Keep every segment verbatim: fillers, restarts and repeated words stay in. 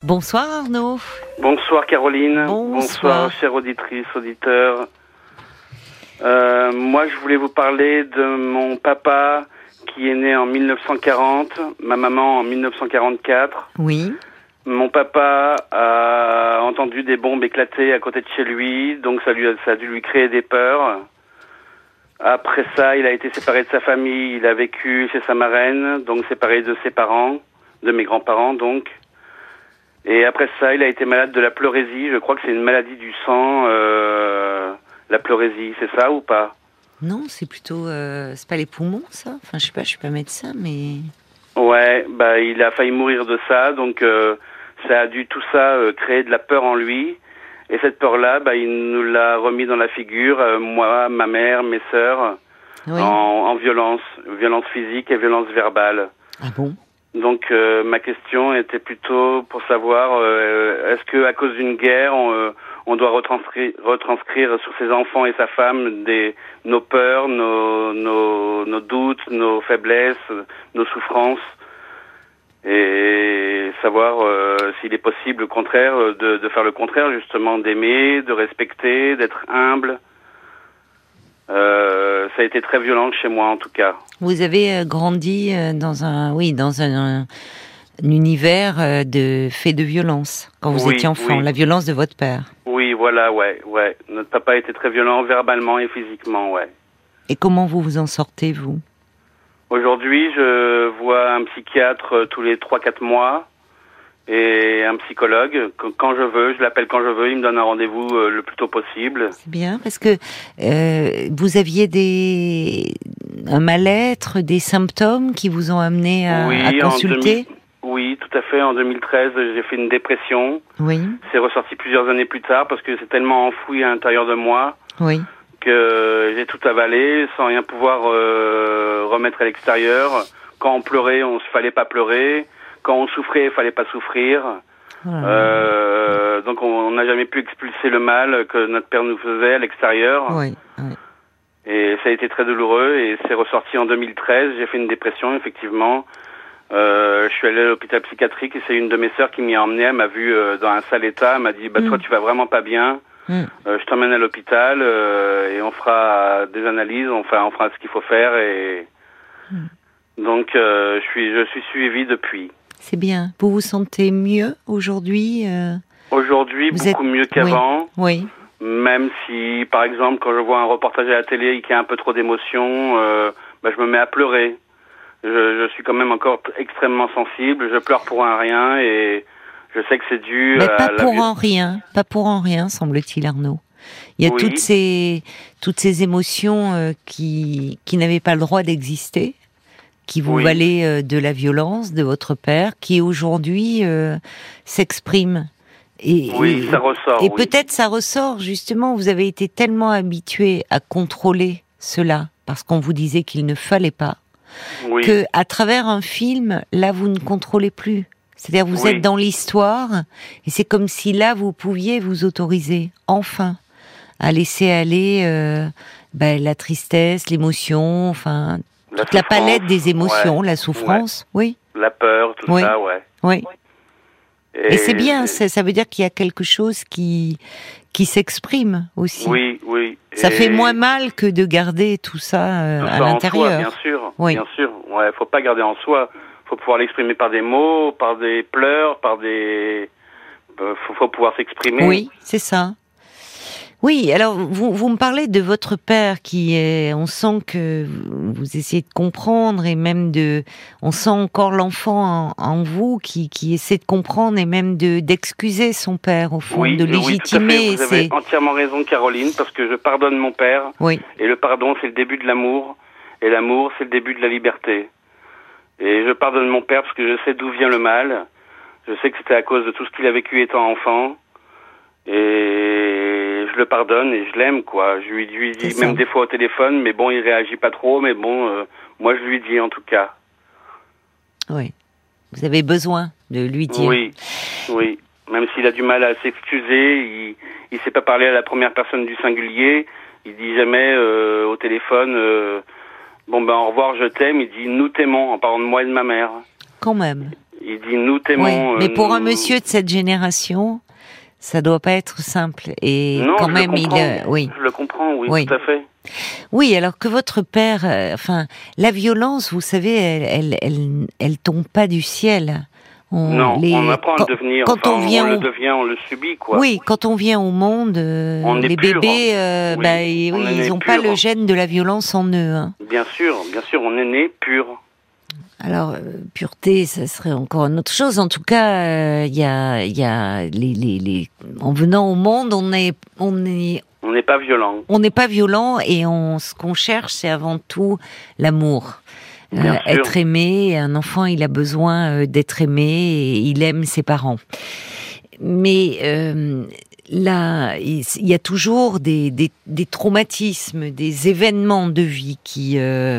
Bonsoir Arnaud. Bonsoir Caroline. Bonsoir, Bonsoir chère auditrice, auditeur. Euh, moi je voulais vous parler de mon papa qui est né en mille neuf cent quarante, ma maman en mille neuf cent quarante-quatre. Oui. Mon papa a entendu des bombes éclater à côté de chez lui, donc ça, lui a, ça a dû lui créer des peurs. Après ça, il a été séparé de sa famille, il a vécu chez sa marraine, donc séparé de ses parents, de mes grands-parents donc. Et après ça, il a été malade de la pleurésie. Je crois que c'est une maladie du sang, euh, la pleurésie, c'est ça ou pas? Non, c'est plutôt... Euh, c'est pas les poumons, ça? Enfin, je sais pas, je suis pas médecin, mais... Ouais, bah il a failli mourir de ça, donc euh, ça a dû tout ça euh, créer de la peur en lui. Et cette peur-là, bah il nous l'a remis dans la figure, euh, moi, ma mère, mes sœurs, Oui. en, en violence, violence physique et violence verbale. Ah bon? Donc euh, ma question était plutôt pour savoir euh, est-ce que à cause d'une guerre on, euh, on doit retranscrire, retranscrire sur ses enfants et sa femme des nos peurs, nos, nos nos doutes, nos faiblesses, nos souffrances, et savoir euh, s'il est possible au contraire de, de faire le contraire, justement d'aimer, de respecter, d'être humble. Euh, ça a été très violent chez moi en tout cas. Vous avez euh, grandi euh, dans un, oui, dans un, un univers euh, de fait de violence quand vous Oui, étiez enfant, oui. la violence de votre père. Oui, voilà, ouais, ouais. Notre papa était très violent verbalement et physiquement, ouais. Et comment vous vous en sortez, vous? Aujourd'hui, je vois un psychiatre euh, tous les trois quatre mois et un psychologue Qu- quand je veux. Je l'appelle quand je veux. Il me donne un rendez-vous euh, le plus tôt possible. C'est bien, parce que euh, vous aviez des un mal-être, des symptômes qui vous ont amené à, oui, à consulter. En deux mille Oui, tout à fait. En deux mille treize, j'ai fait une dépression. Oui, C'est ressorti plusieurs années plus tard parce que c'est tellement enfoui à l'intérieur de moi oui. que j'ai tout avalé sans rien pouvoir euh, remettre à l'extérieur. Quand on pleurait, on ne fallait pas pleurer. Quand on souffrait, il fallait pas souffrir. Voilà. Euh, donc on n'a jamais pu expulser le mal que notre père nous faisait à l'extérieur. Oui, oui. Et ça a été très douloureux et c'est ressorti en deux mille treize. J'ai fait une dépression, effectivement. Euh, je suis allé à l'hôpital psychiatrique et c'est une de mes sœurs qui m'y a emmené. Elle m'a vu euh, dans un sale état. Elle m'a dit, bah, Mm. toi, tu vas vraiment pas bien. Mm. Euh, je t'emmène à l'hôpital euh, et on fera des analyses, enfin, on fera ce qu'il faut faire. Et Mm. donc, euh, je suis, je suis suivi depuis. C'est bien. Vous vous sentez mieux aujourd'hui euh... Aujourd'hui, Vous beaucoup êtes- mieux qu'avant. Oui. Même si, par exemple, quand je vois un reportage à la télé et qu'il y a un peu trop d'émotion, euh, bah, je me mets à pleurer. Je, je suis quand même encore t- extrêmement sensible. Je pleure pour un rien et je sais que c'est dû Mais à pas la pour viol- en rien. Pas pour en rien, semble-t-il, Arnaud. Il y a Oui. toutes ces toutes ces émotions euh, qui qui n'avaient pas le droit d'exister, qui vous Oui. valaient euh, de la violence de votre père, qui aujourd'hui euh, s'expriment. Et, Oui, et- ça ressort. Et oui. peut-être ça ressort justement. Vous avez été tellement habitué à contrôler cela parce qu'on vous disait qu'il ne fallait pas, Oui. que à travers un film, là, vous ne contrôlez plus. C'est-à-dire, vous Oui. êtes dans l'histoire, et c'est comme si là, vous pouviez vous autoriser, enfin, à laisser aller euh, ben, la tristesse, l'émotion, enfin, La toute la souffrance, palette des émotions, ouais. la souffrance, oui, La peur, tout Oui. ça, ouais. oui. Et, c'est bien, c'est- ça veut dire qu'il y a quelque chose qui qui s'exprime aussi. Oui, oui. Ça Et fait moins mal que de garder tout ça euh, tout à ça en l'intérieur. soi, bien sûr. Oui. Bien sûr. Ouais, faut pas garder en soi. Faut pouvoir l'exprimer par des mots, par des pleurs, par des. euh, Faut, faut pouvoir s'exprimer. Oui, c'est ça. Oui, alors vous, vous me parlez de votre père qui est, on sent que vous essayez de comprendre et même de, on sent encore l'enfant en, en vous qui, qui essaie de comprendre et même de d'excuser son père au fond, Oui, de oui, tout à fait. légitimer. Vous avez c'est- entièrement raison, Caroline, parce que je pardonne mon père. Oui, Et le pardon, c'est le début de l'amour. Et l'amour, c'est le début de la liberté. Et je pardonne mon père parce que je sais d'où vient le mal. Je sais que c'était à cause de tout ce qu'il a vécu étant enfant. Et je le pardonne et je l'aime, quoi. Je lui, je lui dis, C'est ça. même des fois au téléphone, mais bon, il réagit pas trop, mais bon, euh, moi je lui dis en tout cas. oui. Vous avez besoin de lui dire. Oui, oui. Même s'il a du mal à s'excuser, il, il sait pas parler à la première personne du singulier. Il dit jamais euh, au téléphone, euh, bon ben au revoir, je t'aime. Il dit nous t'aimons en parlant de moi et de ma mère. quand même. Il dit nous t'aimons. Ouais, mais pour euh, un monsieur de cette génération, ça doit pas être simple. Et non, quand je même, le il, comprends. euh, oui. Je le comprends, oui, Oui. tout à fait. Oui, alors que votre père, euh, enfin, la violence, vous savez, elle, elle, elle, elle tombe pas du ciel. On, Non, les, on apprend quand, à le devenir. Quand enfin, on vient, on au, le devient, on le subit, quoi. oui, quand on vient au monde, euh, On est les pur, bébés, euh, oui, bah, on oui, est né ils n'ont pas pur. le gène de la violence en eux. Hein. Bien sûr, bien sûr, on est né pur. Alors, euh, pureté, ça serait encore une autre chose. En tout cas, il euh, y a, y a les, les, les, en venant au monde, on est, on est, On n'est pas violent. on n'est pas violent et on, ce qu'on cherche, c'est avant tout l'amour. Euh, être aimé, un enfant, il a besoin euh, d'être aimé et il aime ses parents. Mais euh, là, il y a toujours des, des, des traumatismes, des événements de vie qui euh,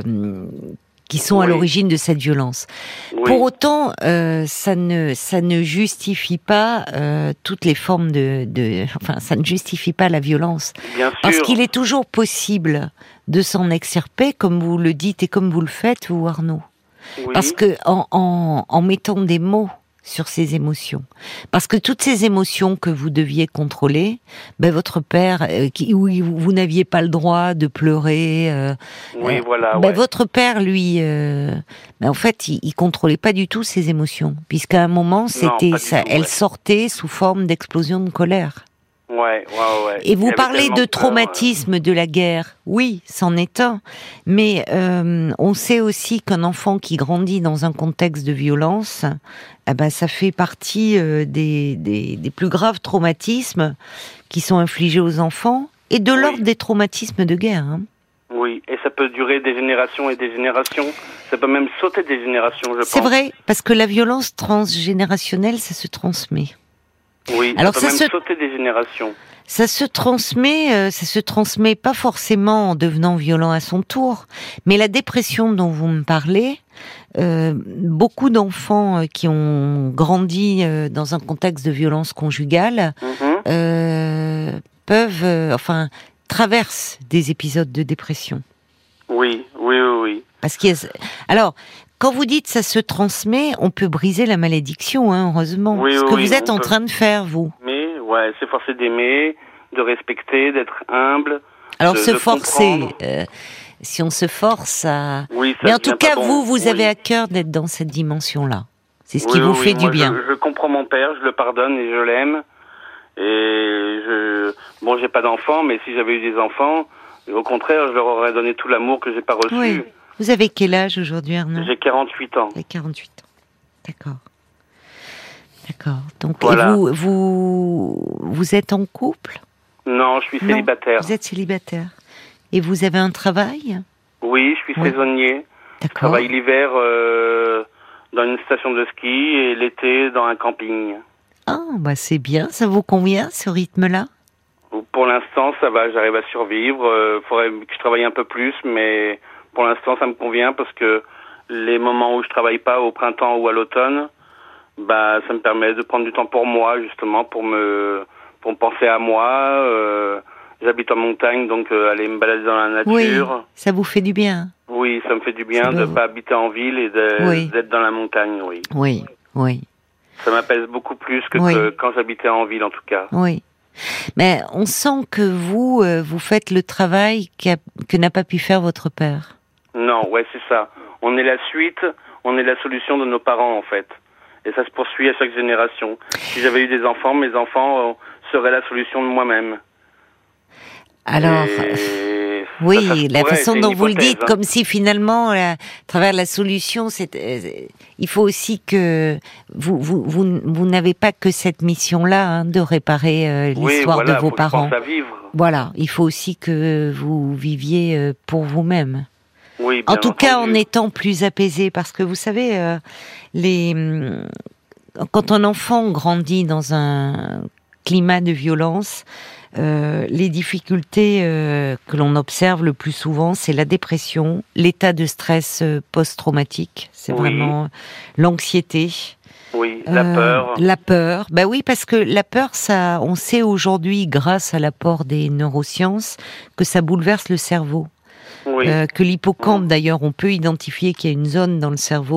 qui sont oui. à l'origine de cette violence. Oui. Pour autant, euh, ça ne ça ne justifie pas euh, toutes les formes de, de enfin ça ne justifie pas la violence. Bien sûr. Parce qu'il est toujours possible de s'en extirper, comme vous le dites et comme vous le faites, vous Arnaud. Oui. Parce que en, en en mettant des mots sur ces émotions, parce que toutes ces émotions que vous deviez contrôler, ben votre père, euh, qui, où vous, vous n'aviez pas le droit de pleurer, euh, oui, euh, voilà, ben ouais. votre père, lui, euh, ben en fait, il, il contrôlait pas du tout ces émotions, puisqu'à un moment, c'était non, ça, tout, elles ouais. sortaient sous forme d'explosion de colère. Ouais, ouais, ouais. Et vous parlez de traumatisme peur, de la guerre. Oui, c'en est un. Mais euh, on sait aussi qu'un enfant qui grandit dans un contexte de violence, eh ben, ça fait partie euh, des, des, des plus graves traumatismes qui sont infligés aux enfants et de l'ordre oui. des traumatismes de guerre. Hein. Oui, et ça peut durer des générations et des générations. Ça peut même sauter des générations, je pense. C'est vrai, parce que la violence transgénérationnelle, ça se transmet. Oui, alors ça peut ça même se sauter des générations. Ça se transmet, euh, ça se transmet pas forcément en devenant violent à son tour, mais la dépression dont vous me parlez, euh, beaucoup d'enfants qui ont grandi euh, dans un contexte de violence conjugale mm-hmm. euh, peuvent, euh, enfin, traversent des épisodes de dépression. Oui, oui, oui, oui. Parce qu'il y a... alors. Quand vous dites ça se transmet, on peut briser la malédiction, hein, heureusement. Oui, Ce oui, que oui, vous êtes en peut... train de faire, vous. Mais ouais, s'efforcer d'aimer, de respecter, d'être humble. Alors de, se de forcer, euh, si on se force à. Oui, ça mais en tout cas, bon. vous, vous oui. avez à cœur d'être dans cette dimension-là. C'est ce oui, qui vous oui, fait oui, du moi, bien. Je, je comprends mon père, je le pardonne et je l'aime. Et je, bon, j'ai pas d'enfants, mais si j'avais eu des enfants, au contraire, je leur aurais donné tout l'amour que j'ai pas reçu. Oui. Vous avez quel âge aujourd'hui, Arnaud ? J'ai quarante-huit ans. Vous avez quarante-huit ans. D'accord. D'accord. Donc, voilà. et vous, vous, vous êtes en couple ? Non, je suis non, célibataire. Vous êtes célibataire. Et vous avez un travail ? Oui, je suis oui. saisonnier. D'accord. Je travaille l'hiver euh, dans une station de ski et l'été dans un camping. Ah, bah c'est bien. Ça vous convient, ce rythme-là ? Pour l'instant, ça va. J'arrive à survivre. Il euh, faudrait que je travaille un peu plus, mais pour l'instant, ça me convient parce que les moments où je travaille pas, au printemps ou à l'automne, bah, ça me permet de prendre du temps pour moi, justement, pour me, pour me penser à moi. Euh, j'habite en montagne, donc euh, aller me balader dans la nature. Oui, ça vous fait du bien. Oui, ça me fait du bien de ne pas habiter en ville et de, oui. d'être dans la montagne, oui. Oui, oui. Ça m'apaise beaucoup plus que, oui. que quand j'habitais en ville, en tout cas. Oui. Mais on sent que vous, euh, vous faites le travail qu'a, que n'a pas pu faire votre père. Non, ouais, c'est ça. On est la suite, on est la solution de nos parents, en fait. Et ça se poursuit à chaque génération. Si j'avais eu des enfants, mes enfants euh, seraient la solution de moi-même. Alors, Et oui, ça, ça la pourrait, façon dont vous le dites, hein. comme si finalement, à travers la solution, c'est, euh, il faut aussi que vous, vous, vous, vous n'avez pas que cette mission-là, hein, de réparer euh, l'histoire oui, voilà, de vos faut parents. Que je pense à vivre. Voilà, il faut aussi que vous viviez euh, pour vous-même. Oui, en tout entendu. cas, en étant plus apaisé, parce que vous savez, euh, les, quand un enfant grandit dans un climat de violence, euh, les difficultés euh, que l'on observe le plus souvent, c'est la dépression, l'état de stress euh, post-traumatique, c'est oui. vraiment l'anxiété. Oui, la euh, peur. La peur, bah oui, parce que la peur, ça, on sait aujourd'hui, grâce à l'apport des neurosciences, que ça bouleverse le cerveau. Oui. Euh, que l'hippocampe, d'ailleurs, on peut identifier qu'il y a une zone dans le cerveau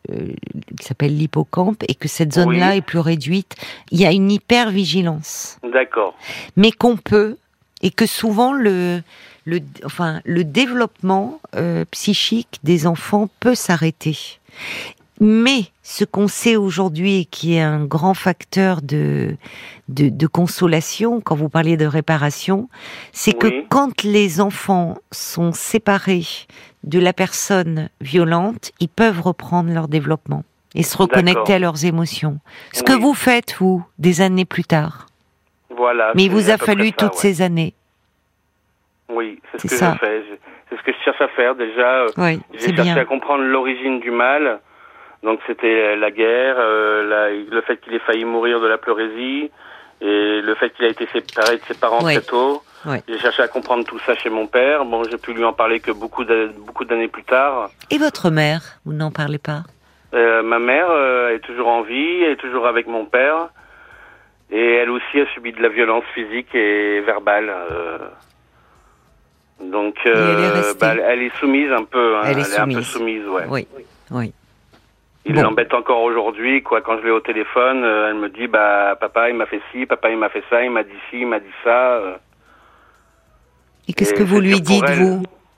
euh, qui s'appelle l'hippocampe, et que cette zone-là Oui. est plus réduite. Il y a une hypervigilance. D'accord. Mais qu'on peut, et que souvent le, le, enfin, le développement euh, psychique des enfants peut s'arrêter. Mais ce qu'on sait aujourd'hui, et qui est un grand facteur de, de, de consolation, quand vous parliez de réparation, c'est que Oui. quand les enfants sont séparés de la personne violente, ils peuvent reprendre leur développement et se reconnecter D'accord. à leurs émotions. Ce que Oui. vous faites, vous, des années plus tard. Voilà. Mais il c'est vous à a peu fallu près ça, toutes ouais. ces années. Oui, c'est ce C'est que ça. je fais. Je- C'est ce que je cherche à faire. Déjà, euh, Oui, j'ai c'est cherché bien. à comprendre l'origine du mal. Donc c'était la guerre, euh, la- le fait qu'il ait failli mourir de la pleurésie et le fait qu'il a été séparé de ses parents Oui. très tôt. Oui. J'ai cherché à comprendre tout ça chez mon père. Bon, j'ai pu lui en parler que beaucoup d'a- beaucoup d'années plus tard. Et votre mère, vous n'en parlez pas? Euh, ma mère euh, est toujours en vie, elle est toujours avec mon père. Et elle aussi a subi de la violence physique et verbale. euh. Donc, elle est euh, restée. bah, elle, elle est soumise un peu. Hein. Elle est un peu soumise. soumise, ouais. Oui, oui. Il Bon. l'embête encore aujourd'hui, quoi. Quand je l'ai au téléphone, euh, elle me dit, bah, papa, il m'a fait ci, papa, il m'a fait ça, il m'a dit ci, il m'a dit ça. euh. Et qu'est-ce Et que vous c'est lui dur pour dites, elle. vous?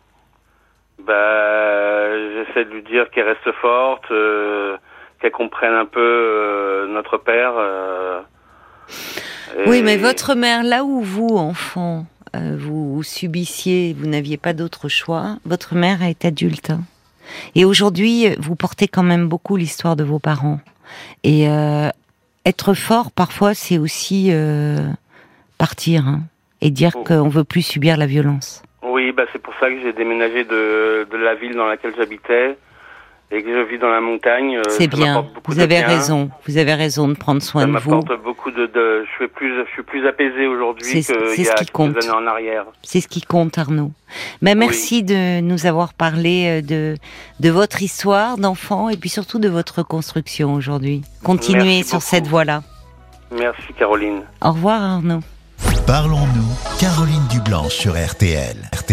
Bah, j'essaie de lui dire qu'elle reste forte, euh, qu'elle comprenne un peu euh, notre père. euh. Oui, Et- mais votre mère, là où vous, enfant, euh, vous subissiez, vous n'aviez pas d'autre choix, votre mère est adulte. Hein. Et aujourd'hui, vous portez quand même beaucoup l'histoire de vos parents. Et euh, être fort, parfois, c'est aussi euh, partir, hein, et dire Oh. qu'on veut plus subir la violence. Oui, bah, c'est pour ça que j'ai déménagé de, de la ville dans laquelle j'habitais et que je vis dans la montagne. euh, C'est ça bien, m'apporte beaucoup vous de avez bien. raison, vous avez raison de prendre soin Ça de vous. m'apporte beaucoup de, de je suis plus je suis plus apaisé aujourd'hui C'est- qu'il c'est y ce a qui quelques compte. années en arrière. C'est ce qui compte, Arnaud. Ben, merci de nous avoir parlé de, de votre histoire d'enfant et puis surtout de votre reconstruction aujourd'hui. Continuez Merci sur beaucoup. cette voie-là. Merci Caroline. Au revoir, Arnaud. Parlons-nous, Caroline Dublanche sur R T L. R T L.